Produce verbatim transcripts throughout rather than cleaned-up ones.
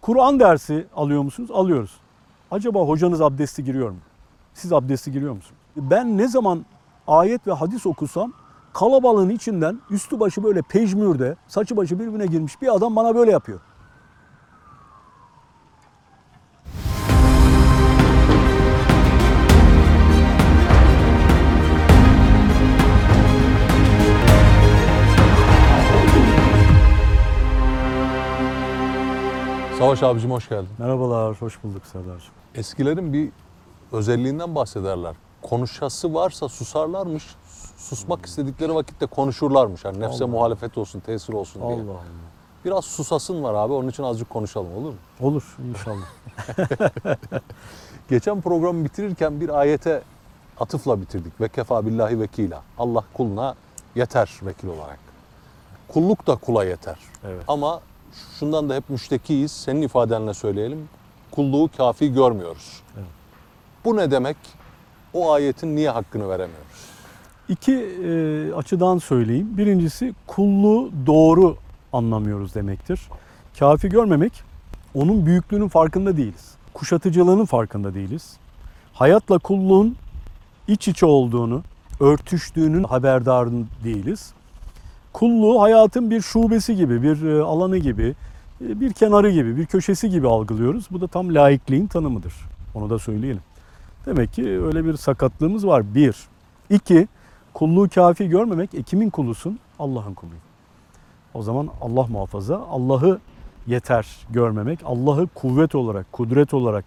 Kur'an dersi alıyor musunuz? Alıyoruz. Acaba hocanız abdesti giriyor mu? Siz abdesti giriyor musunuz? Ben ne zaman ayet ve hadis okusam kalabalığın içinden üstü başı böyle pejmürde, saçı başı birbirine girmiş bir adam bana böyle yapıyor. Savaş abicim hoş geldin. Merhabalar, hoş bulduk Serdar'cığım. Eskilerin bir özelliğinden bahsederler. Konuşası varsa susarlarmış, susmak istedikleri vakitte konuşurlarmış. Yani nefse Allah. muhalefet olsun, tesir olsun diye. Allah Allah. Biraz susasın var abi, onun için azıcık konuşalım, olur mu? Olur inşallah. Geçen programı bitirirken bir ayete atıfla bitirdik. Ve kefa billahi vekila. Allah kuluna yeter vekil olarak. Kulluk da kula yeter. Evet. Ama şundan da hep müştekiyiz. Senin ifadenle söyleyelim. Kulluğu kafi görmüyoruz. Evet. Bu ne demek? O ayetin niye hakkını veremiyoruz? İki e, açıdan söyleyeyim. Birincisi kulluğu doğru anlamıyoruz demektir. Kafi görmemek, onun büyüklüğünün farkında değiliz. Kuşatıcılığının farkında değiliz. Hayatla kulluğun iç içe olduğunu, örtüştüğünün haberdar değiliz. Kulluğu hayatın bir şubesi gibi, bir alanı gibi, bir kenarı gibi, bir köşesi gibi algılıyoruz. Bu da tam laikliğin tanımıdır. Onu da söyleyelim. Demek ki öyle bir sakatlığımız var. Bir. İki, kulluğu kafi görmemek, e kimin kulusun? Allah'ın kuluyum. O zaman Allah muhafaza, Allah'ı yeter görmemek, Allah'ı kuvvet olarak, kudret olarak,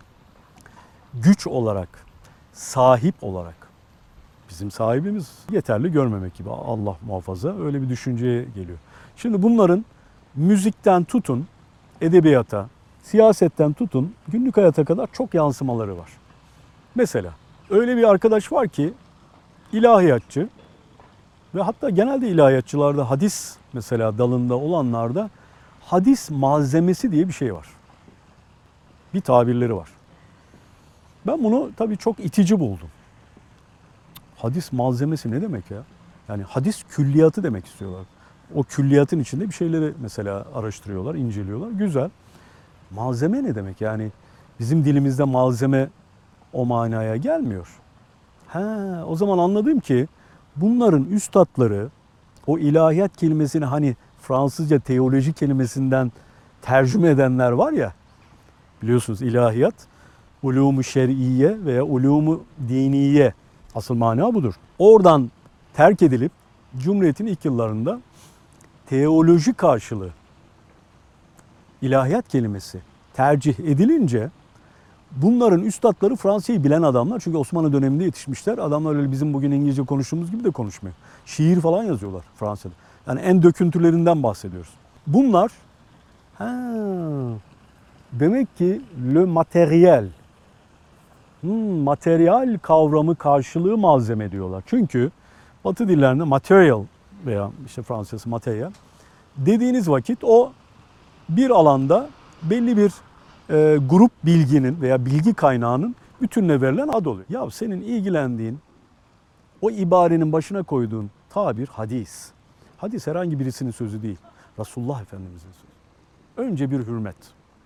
güç olarak, sahip olarak, bizim sahibimiz yeterli görmemek gibi, Allah muhafaza, öyle bir düşünceye geliyor. Şimdi bunların müzikten tutun, edebiyata, siyasetten tutun, günlük hayata kadar çok yansımaları var. Mesela öyle bir arkadaş var ki ilahiyatçı ve hatta genelde ilahiyatçılarda hadis mesela dalında olanlarda hadis malzemesi diye bir şey var. Bir tabirleri var. Ben bunu tabii çok itici buldum. Hadis malzemesi ne demek ya? Yani hadis külliyatı demek istiyorlar. O külliyatın içinde bir şeyleri mesela araştırıyorlar, inceliyorlar. Güzel. Malzeme ne demek? Yani bizim dilimizde malzeme o manaya gelmiyor. Ha, o zaman anladım ki bunların üstadları o ilahiyat kelimesini hani Fransızca teoloji kelimesinden tercüme edenler var ya, biliyorsunuz ilahiyat, ulûmu şer'iyye veya ulûmu diniye, asıl mana budur. Oradan terk edilip Cumhuriyet'in ilk yıllarında teoloji karşılığı ilahiyat kelimesi tercih edilince bunların üstadları Fransızcayı bilen adamlar. Çünkü Osmanlı döneminde yetişmişler. Adamlar öyle bizim bugün İngilizce konuştuğumuz gibi de konuşmuyor. Şiir falan yazıyorlar Fransa'da. Yani en döküntülerinden bahsediyoruz. Bunlar ha, demek ki le materyal, hmm, materyal kavramı karşılığı malzeme diyorlar. Çünkü Batı dillerinde material veya işte Fransızcası materyal dediğiniz vakit o bir alanda belli bir e, grup bilginin veya bilgi kaynağının bütününe verilen ad oluyor. Ya senin ilgilendiğin, o ibarenin başına koyduğun tabir hadis. Hadis herhangi birisinin sözü değil. Resulullah Efendimiz'in sözü. Önce bir hürmet.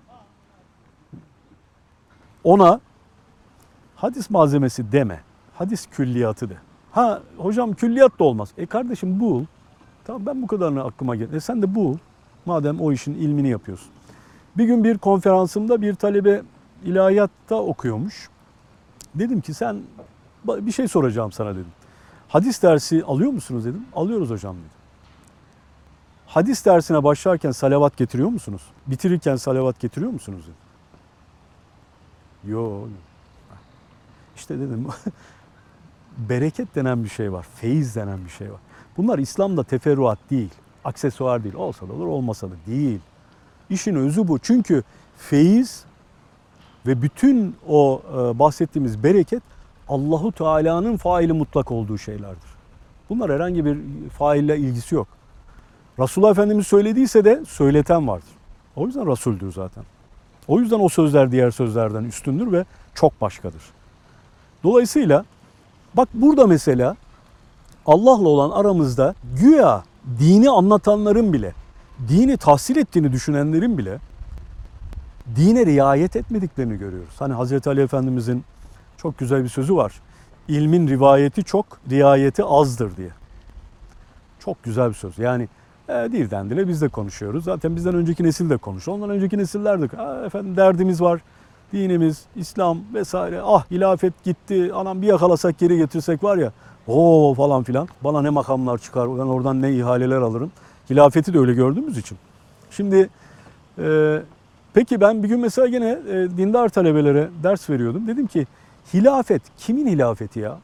Ona hadis malzemesi deme. Hadis külliyatı de. Ha hocam külliyat da olmaz. E kardeşim bul. Tamam ben bu kadarını aklıma geldi. E sen de bul. Madem o işin ilmini yapıyorsun. Bir gün bir konferansımda bir talebe ilahiyatta okuyormuş. Dedim ki sen bir şey soracağım sana dedim. Hadis dersi alıyor musunuz dedim. Alıyoruz hocam dedi. Hadis dersine başlarken salavat getiriyor musunuz? Bitirirken salavat getiriyor musunuz dedim. Yok. İşte dedim bereket denen bir şey var. Feyiz denen bir şey var. Bunlar İslam'da teferruat değil. Aksesuar değil. Olsa da olur olmasa da değil. İşin özü bu. Çünkü feyiz ve bütün o bahsettiğimiz bereket Allahu Teala'nın faili mutlak olduğu şeylerdir. Bunlar herhangi bir faille ilgisi yok. Resulullah Efendimiz söylediyse de söyleten vardır. O yüzden Resul'dür zaten. O yüzden o sözler diğer sözlerden üstündür ve çok başkadır. Dolayısıyla bak burada mesela Allah'la olan aramızda güya dini anlatanların bile, dini tahsil ettiğini düşünenlerin bile dine riayet etmediklerini görüyoruz. Hani Hazreti Ali Efendimizin çok güzel bir sözü var. İlmin rivayeti çok, riayeti azdır diye. Çok güzel bir söz. Yani e, dilden dile biz de konuşuyoruz. Zaten bizden önceki nesil de konuşuyor. Ondan önceki nesiller de efendim derdimiz var. Dinimiz, İslam vesaire. Ah hilafet gitti. Anam bir yakalasak geri getirsek var ya. Oo falan filan. Bana ne makamlar çıkar. Ben oradan ne ihaleler alırım. Hilafeti de öyle gördüğümüz için. Şimdi e, peki ben bir gün mesela gene e, dindar talebelere ders veriyordum. Dedim ki hilafet kimin hilafeti ya?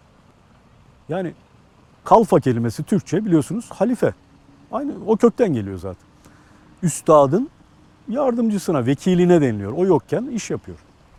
Yani kalfa kelimesi Türkçe biliyorsunuz halife. Aynı o kökten geliyor zaten. Üstadın yardımcısına, vekiline deniliyor. O yokken iş yapıyor.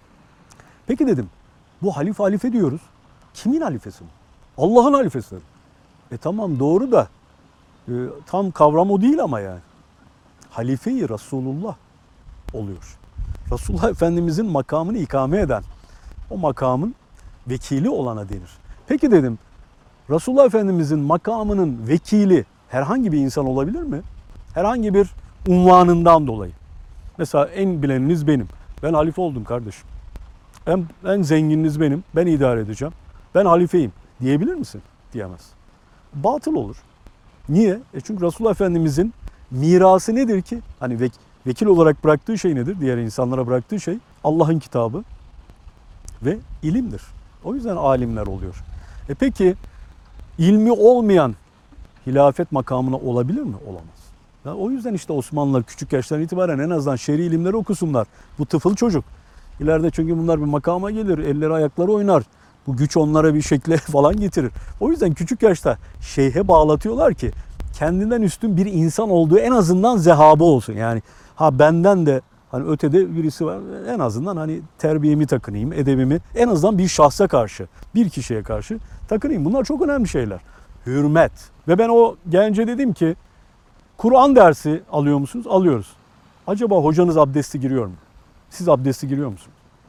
Peki dedim bu halife halife diyoruz. Kimin halifesi bu? Allah'ın halifesi. E tamam doğru da e, tam kavram o değil ama yani. Halife-i Resulullah oluyor. Resulullah Efendimizin makamını ikame eden, o makamın vekili olana denir. Peki dedim Resulullah Efendimizin makamının vekili herhangi bir insan olabilir mi? Herhangi bir unvanından dolayı. Mesela en bileniniz benim. Ben halife oldum kardeşim. En, en zengininiz benim. Ben idare edeceğim. Ben halifeyim diyebilir misin? Diyemez. Batıl olur. Niye? E çünkü Resulullah Efendimizin mirası nedir ki? Hani vek, vekil olarak bıraktığı şey nedir? Diğer insanlara bıraktığı şey Allah'ın kitabı ve ilimdir. O yüzden alimler oluyor. E peki ilmi olmayan hilafet makamına olabilir mi? Olamaz. Ya o yüzden işte Osmanlılar küçük yaştan itibaren en azından şer'i ilimleri okusunlar. Bu tıfıl çocuk. İleride çünkü bunlar bir makama gelir, elleri ayakları oynar. Bu güç onlara bir şekle falan getirir. O yüzden küçük yaşta şeyhe bağlatıyorlar ki kendinden üstün bir insan olduğu en azından zehabı olsun. Yani ha benden de hani ötede birisi var en azından hani terbiyemi takınayım, edebimi en azından bir şahsa karşı, bir kişiye karşı takınayım. Bunlar çok önemli şeyler. Hürmet. Ve ben o gence dedim ki Kur'an dersi alıyor musunuz? Alıyoruz. Acaba hocanız abdesti giriyor mu? Siz abdesti giriyor musunuz?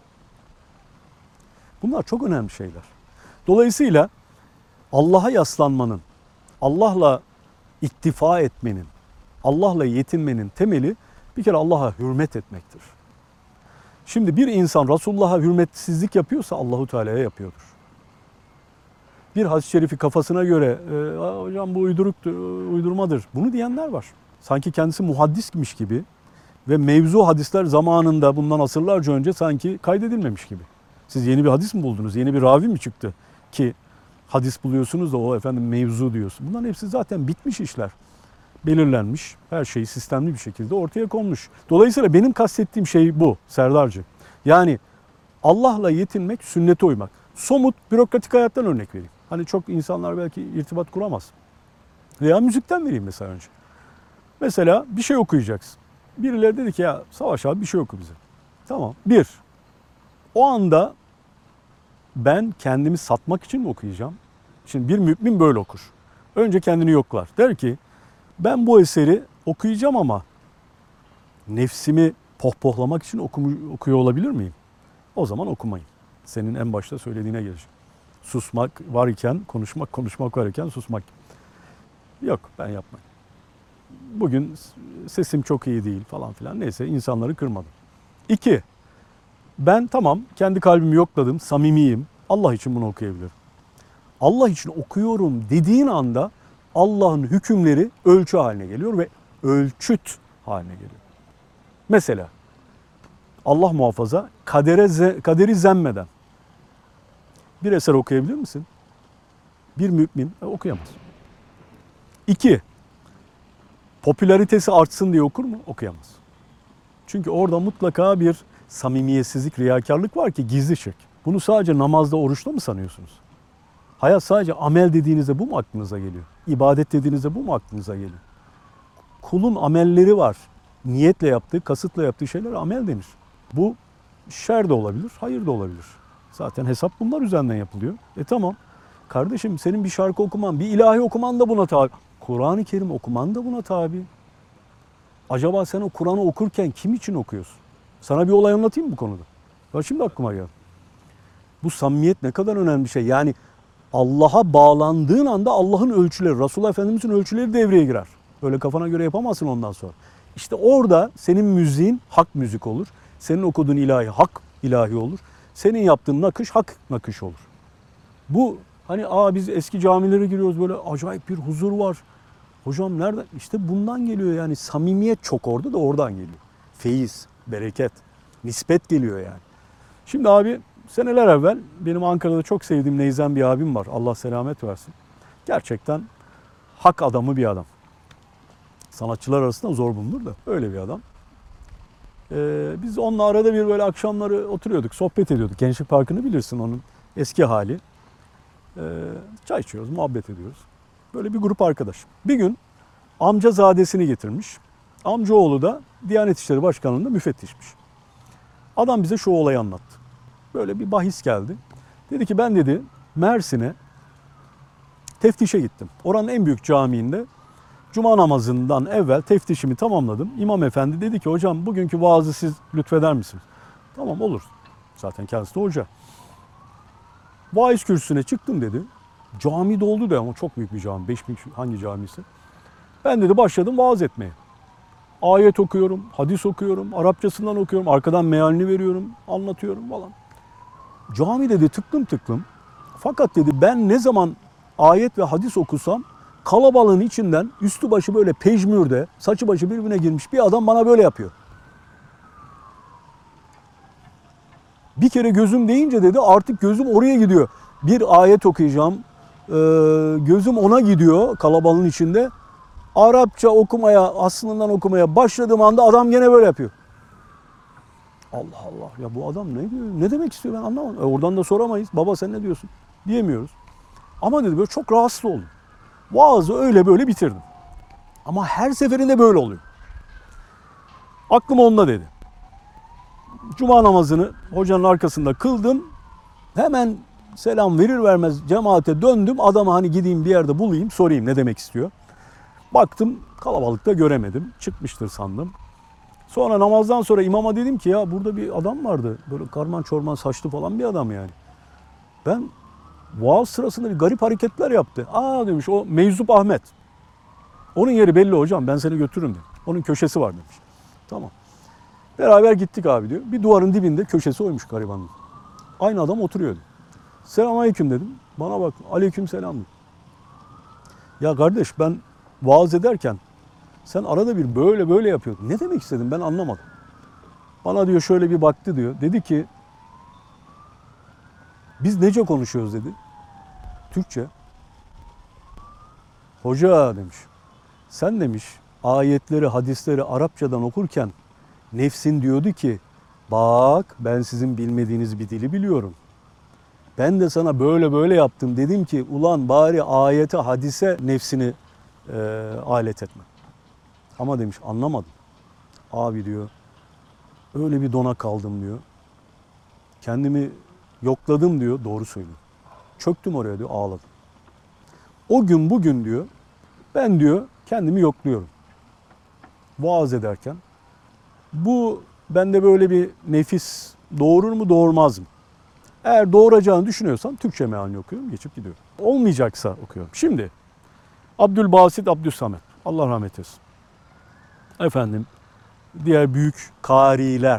Bunlar çok önemli şeyler. Dolayısıyla Allah'a yaslanmanın, Allah'la iktifa etmenin, Allah'la yetinmenin temeli bir kere Allah'a hürmet etmektir. Şimdi bir insan Resulullah'a hürmetsizlik yapıyorsa Allahu Teala'ya yapıyordur. Bir hadis-i şerifi kafasına göre e, hocam bu uyduruktur, uydurmadır. Bunu diyenler var. Sanki kendisi muhaddismiş gibi ve mevzu hadisler zamanında bundan asırlarca önce sanki kaydedilmemiş gibi. Siz yeni bir hadis mi buldunuz? Yeni bir ravi mi çıktı ki hadis buluyorsunuz da o efendim mevzu diyorsun. Bunların hepsi zaten bitmiş işler. Belirlenmiş, her şey sistemli bir şekilde ortaya konmuş. Dolayısıyla benim kastettiğim şey bu Serdar'cığım. Yani Allah'la yetinmek, sünnete uymak. Somut, bürokratik hayattan örnek vereyim. Hani çok insanlar belki irtibat kuramaz. Veya müzikten vereyim mesela önce. Mesela bir şey okuyacaksın. Birileri dedi ki ya Savaş abi bir şey oku bize. Tamam. Bir, o anda ben kendimi satmak için mi okuyacağım? Şimdi bir mümin böyle okur. Önce kendini yoklar. Der ki ben bu eseri okuyacağım ama nefsimi pohpohlamak için okum- okuyor olabilir miyim? O zaman okumayın. Senin en başta söylediğine gelecek. Susmak var iken konuşmak, konuşmak var iken susmak. Yok ben yapmayayım. Bugün sesim çok iyi değil falan filan. Neyse insanları kırmadım. İki, ben tamam kendi kalbimi yokladım, samimiyim. Allah için bunu okuyabilirim. Allah için okuyorum dediğin anda Allah'ın hükümleri ölçü haline geliyor ve ölçüt haline geliyor. Mesela Allah muhafaza kadere, kaderi zemmeden bir eser okuyabilir misin? Bir mümin okuyamaz. İki, popülaritesi artsın diye okur mu? Okuyamaz. Çünkü orada mutlaka bir samimiyetsizlik, riyakarlık var ki gizli şirk. Bunu sadece namazda, oruçta mı sanıyorsunuz? Hayat sadece amel dediğinizde bu mu aklınıza geliyor? İbadet dediğinizde bu mu aklınıza geliyor? Kulun amelleri var. Niyetle yaptığı, kasıtla yaptığı şeyler amel denir. Bu şer de olabilir, hayır da olabilir. Zaten hesap bunlar üzerinden yapılıyor. E tamam. Kardeşim senin bir şarkı okuman, bir ilahi okuman da buna tabi. Kur'an-ı Kerim okuman da buna tabi. Acaba sen o Kur'an'ı okurken kim için okuyorsun? Sana bir olay anlatayım mı bu konuda? Ya şimdi aklıma geldi. Bu samimiyet ne kadar önemli bir şey. Yani Allah'a bağlandığın anda Allah'ın ölçüleri, Resulullah Efendimiz'in ölçüleri devreye girer. Öyle kafana göre yapamazsın ondan sonra. İşte orada senin müziğin hak müzik olur. Senin okuduğun ilahi hak ilahi olur. Senin yaptığın nakış hak nakış olur. Bu hani aa biz eski camilere giriyoruz böyle acayip bir huzur var. Hocam nereden? İşte bundan geliyor yani samimiyet çok orada da oradan geliyor. Feyiz, bereket, nispet geliyor yani. Şimdi abi seneler evvel benim Ankara'da çok sevdiğim Neyzen bir abim var. Allah selamet versin. Gerçekten hak adamı bir adam. Sanatçılar arasında zor bulunur da öyle bir adam. Ee, biz onunla arada bir böyle akşamları oturuyorduk, sohbet ediyorduk. Gençlik Parkı'nı bilirsin onun eski hali. Ee, çay içiyoruz, muhabbet ediyoruz. Böyle bir grup arkadaş. Bir gün amcazadesini getirmiş. Amcaoğlu da Diyanet İşleri Başkanlığı'nda müfettişmiş. Adam bize şu olayı anlattı. Böyle bir bahis geldi. Dedi ki ben dedi Mersin'e teftişe gittim. Oranın en büyük camiinde Cuma namazından evvel teftişimi tamamladım. İmam efendi dedi ki hocam bugünkü vaazı siz lütfeder misiniz? Tamam olur. Zaten kendisi de hoca. Vaiz kürsüsüne çıktım dedi. Cami doldu da ama çok büyük bir cami. beş bin hangi camisi? Ben dedi başladım vaaz etmeye. Ayet okuyorum, hadis okuyorum, Arapçasından okuyorum, arkadan mealini veriyorum, anlatıyorum falan. Cami dedi tıklım tıklım. Fakat dedi ben ne zaman ayet ve hadis okusam kalabalığın içinden üstü başı böyle pejmürde, saçı başı birbirine girmiş bir adam bana böyle yapıyor. Bir kere gözüm deyince dedi artık gözüm oraya gidiyor. Bir ayet okuyacağım, e, gözüm ona gidiyor kalabalığın içinde. Arapça okumaya, aslından okumaya başladığım anda adam gene böyle yapıyor. Allah Allah ya bu adam ne diyor? Ne demek istiyor ben anlamadım. E oradan da soramayız. Baba sen ne diyorsun? Diyemiyoruz. Ama dedi böyle çok rahatsız oldum. Vaazı öyle böyle bitirdim. Ama her seferinde böyle oluyor. Aklım onda dedi. Cuma namazını hocanın arkasında kıldım. Hemen selam verir vermez cemaate döndüm. Adamı hani gideyim bir yerde bulayım sorayım ne demek istiyor. Baktım kalabalıkta göremedim. Çıkmıştır sandım. Sonra namazdan sonra imama dedim ki ya burada bir adam vardı. Böyle karman çorman saçlı falan bir adam yani. Ben vaaz sırasında bir garip hareketler yaptı. Aa demiş o Meczup Ahmet. Onun yeri belli hocam ben seni götürürüm demiş. Onun köşesi var demiş. Tamam. Beraber gittik abi diyor. Bir duvarın dibinde köşesi oymuş garibanın. Aynı adam oturuyordu. Selamünaleyküm dedim. Bana bak aleyküm selam dedi. Ya kardeş ben vaaz ederken sen arada bir böyle böyle yapıyordun. Ne demek istedin ben anlamadım. Bana diyor şöyle bir baktı diyor. Dedi ki biz nece konuşuyoruz dedi. Türkçe. Hoca demiş. Sen demiş ayetleri hadisleri Arapçadan okurken nefsin diyordu ki bak ben sizin bilmediğiniz bir dili biliyorum. Ben de sana böyle böyle yaptım. Dedim ki ulan bari ayete hadise nefsini e, alet etme. Ama demiş anlamadım. Abi diyor öyle bir dona kaldım diyor. Kendimi yokladım diyor. Doğru söylüyor. Çöktüm oraya diyor ağladım. O gün bugün diyor ben diyor kendimi yokluyorum. Vaaz ederken. Bu bende böyle bir nefis doğurur mu doğurmaz mı? Eğer doğuracağını düşünüyorsan Türkçe mealini okuyorum geçip gidiyorum. Olmayacaksa okuyorum. Şimdi Abdülbasit Abdüssamet. Allah rahmet eylesin. Efendim diğer büyük kariler,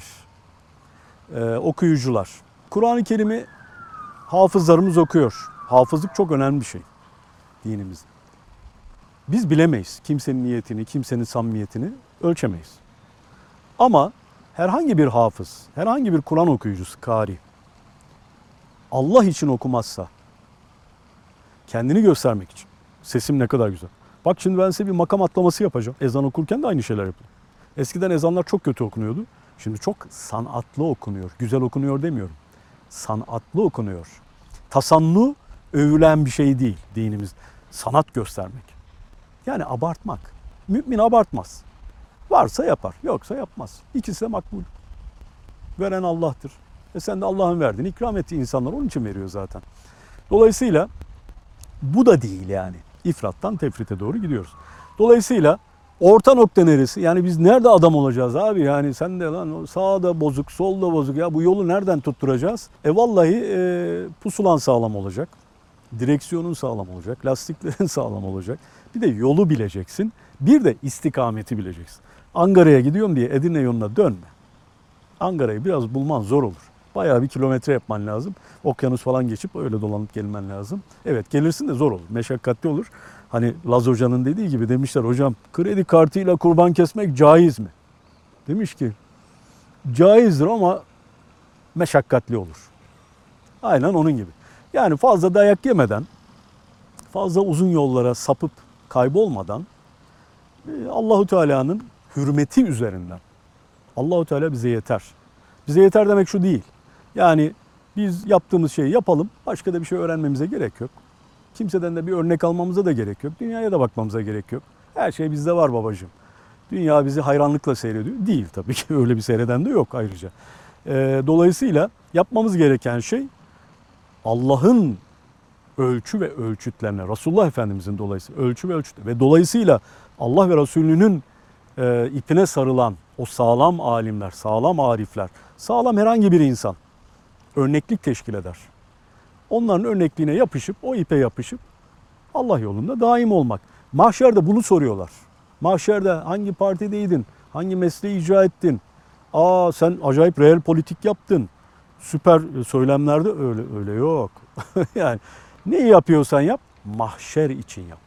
e, okuyucular. Kur'an-ı Kerim'i hafızlarımız okuyor. Hafızlık çok önemli bir şey dinimizde. Biz bilemeyiz kimsenin niyetini, kimsenin samimiyetini ölçemeyiz. Ama herhangi bir hafız, herhangi bir Kur'an okuyucusu, kari, Allah için okumazsa, kendini göstermek için, sesim ne kadar güzel. Bak şimdi ben size bir makam atlaması yapacağım. Ezan okurken de aynı şeyler yapıyorum. Eskiden ezanlar çok kötü okunuyordu. Şimdi çok sanatlı okunuyor. Güzel okunuyor demiyorum. Sanatlı okunuyor. Tasannu övülen bir şey değil dinimiz. Sanat göstermek. Yani abartmak. Mümin abartmaz. Varsa yapar, yoksa yapmaz. İkisi de makbul. Veren Allah'tır. E sen de Allah'ın verdiğini ikram ettiği insanlar onun için veriyor zaten. Dolayısıyla bu da değil yani. İfrattan tefrite doğru gidiyoruz. Dolayısıyla orta nokta neresi? Yani biz nerede adam olacağız abi? Yani sen de lan sağda bozuk, solda bozuk. Ya bu yolu nereden tutturacağız? E vallahi e, pusulan sağlam olacak. Direksiyonun sağlam olacak. Lastiklerin sağlam olacak. Bir de yolu bileceksin. Bir de istikameti bileceksin. Ankara'ya gidiyorum diye Edirne yoluna dönme. Ankara'yı biraz bulman zor olur. Bayağı bir kilometre yapman lazım. Okyanus falan geçip öyle dolanıp gelmen lazım. Evet gelirsin de zor olur. Meşakkatli olur. Hani Laz Hoca'nın dediği gibi demişler hocam kredi kartıyla kurban kesmek caiz mi? Demiş ki caizdir ama meşakkatli olur. Aynen onun gibi. Yani fazla dayak yemeden, fazla uzun yollara sapıp kaybolmadan Allahu Teala'nın hürmeti üzerinden Allahu Teala bize yeter. Bize yeter demek şu değil. Yani biz yaptığımız şeyi yapalım, başka da bir şey öğrenmemize gerek yok. Kimseden de bir örnek almamıza da gerek yok. Dünyaya da bakmamıza gerek yok. Her şey bizde var babacığım. Dünya bizi hayranlıkla seyrediyor. Değil tabii ki öyle bir seyreden de yok ayrıca. Ee, dolayısıyla yapmamız gereken şey Allah'ın ölçü ve ölçütlerine, Resulullah Efendimizin dolayısıyla ölçü ve ölçüt ve dolayısıyla Allah ve Resulünün e, ipine sarılan o sağlam alimler, sağlam arifler, sağlam herhangi bir insan örneklik teşkil eder. Onların örnekliğine yapışıp, o ipe yapışıp Allah yolunda daim olmak. Mahşerde bunu soruyorlar. Mahşerde hangi partideydin, hangi mesleği icra ettin? Aa sen acayip reel politik yaptın. Süper söylemlerde öyle öyle yok. Yani neyi yapıyorsan yap, mahşer için yap.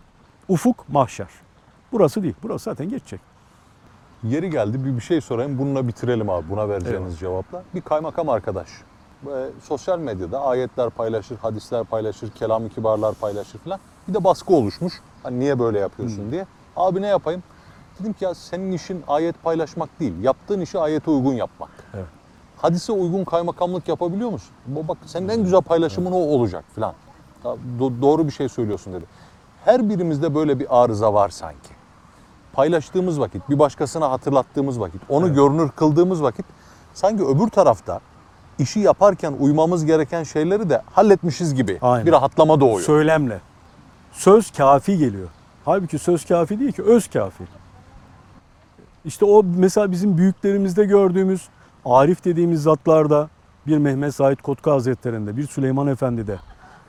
Ufuk mahşer. Burası değil. Burası zaten geçecek. Yeri geldi bir bir şey sorayım. Bununla bitirelim abi. Buna vereceğiniz Evet. cevapla. Bir kaymakam arkadaş. Böyle sosyal medyada ayetler paylaşır, hadisler paylaşır, kelam-ı kibarlar paylaşır falan. Bir de baskı oluşmuş. Hani niye böyle yapıyorsun Hmm. diye. Abi ne yapayım? Dedim ki ya senin işin ayet paylaşmak değil. Yaptığın işi ayete uygun yapmak. Evet. Hadise uygun kaymakamlık yapabiliyor musun? Bu bak senin en güzel paylaşımın o olacak falan. Do- doğru bir şey söylüyorsun dedi. Her birimizde böyle bir arıza var sanki. Paylaştığımız vakit, bir başkasına hatırlattığımız vakit, onu Evet. görünür kıldığımız vakit sanki öbür tarafta işi yaparken uymamız gereken şeyleri de halletmişiz gibi Aynen. bir rahatlama doğuyor. Söylemle. Söz kafi geliyor. Halbuki söz kafi değil ki, öz kafi. İşte o mesela bizim büyüklerimizde gördüğümüz arif dediğimiz zatlarda bir Mehmet Said Kotka Hazretleri'nde, bir Süleyman Efendi'de,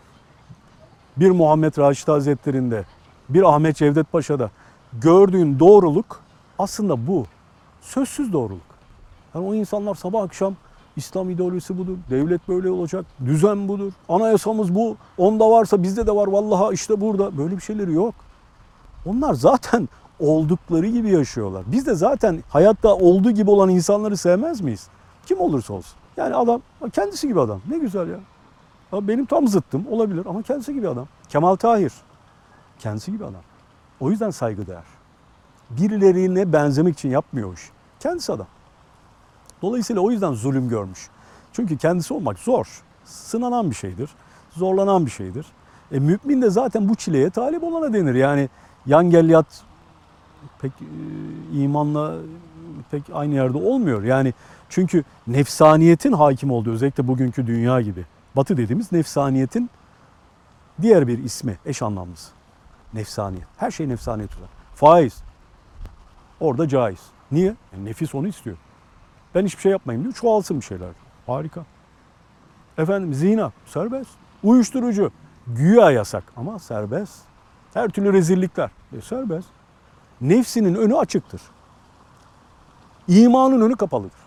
bir Muhammed Raşid Hazretleri'nde, bir Ahmet Cevdet Paşa'da gördüğün doğruluk aslında bu. Sözsüz doğruluk. Yani o insanlar sabah akşam İslam ideolojisi budur, devlet böyle olacak, düzen budur, anayasamız bu, onda varsa bizde de var vallahi işte burada. Böyle bir şeyleri yok. Onlar zaten oldukları gibi yaşıyorlar. Biz de zaten hayatta olduğu gibi olan insanları sevmez miyiz? Kim olursa olsun. Yani adam kendisi gibi adam. Ne güzel ya. Ya benim tam zıttım olabilir ama kendisi gibi adam. Kemal Tahir. Kendisi gibi adam. O yüzden saygıdeğer. Birilerine benzemek için yapmıyor o iş. Kendisi adam. Dolayısıyla o yüzden zulüm görmüş. Çünkü kendisi olmak zor. Sınanan bir şeydir. Zorlanan bir şeydir. E, mümin de zaten bu çileye talip olana denir. Yani yan gel yat pek e, imanla pek aynı yerde olmuyor. Yani çünkü nefsaniyetin hakim olduğu özellikle bugünkü dünya gibi. Batı dediğimiz nefsaniyetin diğer bir ismi, eş anlamlısı. Nefsaniyet. Her şey nefsaniyet üzere. Faiz. Orada caiz. Niye? Yani nefis onu istiyor. Ben hiçbir şey yapmayayım diyor. Çoğalsın bir şeyler. Harika. Efendim zina serbest. Uyuşturucu güya yasak ama serbest. Her türlü rezillikler e, serbest. Nefsinin önü açıktır. İmanın önü kapalıdır.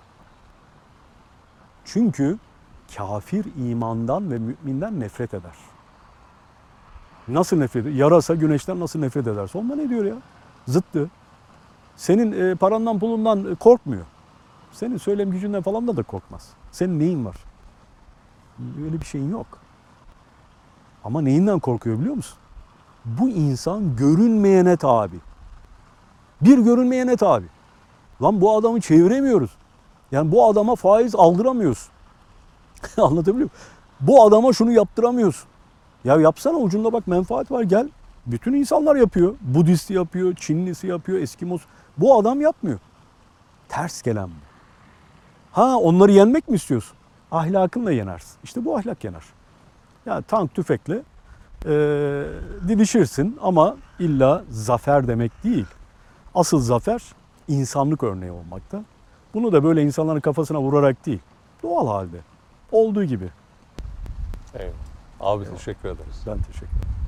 Çünkü kafir imandan ve müminden nefret eder. Nasıl nefret eder? Yarasa güneşten nasıl nefret ederse ondan ne diyor ya? Zıttı. Senin e, parandan pulundan korkmuyor. Senin söylem gücünden falan da da korkmaz. Senin neyin var? Öyle bir şeyin yok. Ama neyinden korkuyor biliyor musun? Bu insan görünmeyene tabi. Bir görünmeyene tabi. Lan bu adamı çeviremiyoruz. Yani bu adama faiz aldıramıyorsun. Anlatabiliyor muyum? Bu adama şunu yaptıramıyorsun. Ya yapsana ucunda bak menfaat var gel. Bütün insanlar yapıyor. Budist yapıyor, Çinlisi yapıyor, Eskimos. Bu adam yapmıyor. Ters gelen bu. Ha onları yenmek mi istiyorsun? Ahlakınla yenersin. İşte bu ahlak yener. Yani tank tüfekle e, didişirsin ama illa zafer demek değil. Asıl zafer insanlık örneği olmakta. Bunu da böyle insanların kafasına vurarak değil. Doğal halde. Olduğu gibi. Eyvallah. Abi teşekkür ederiz. Ben teşekkür ederim.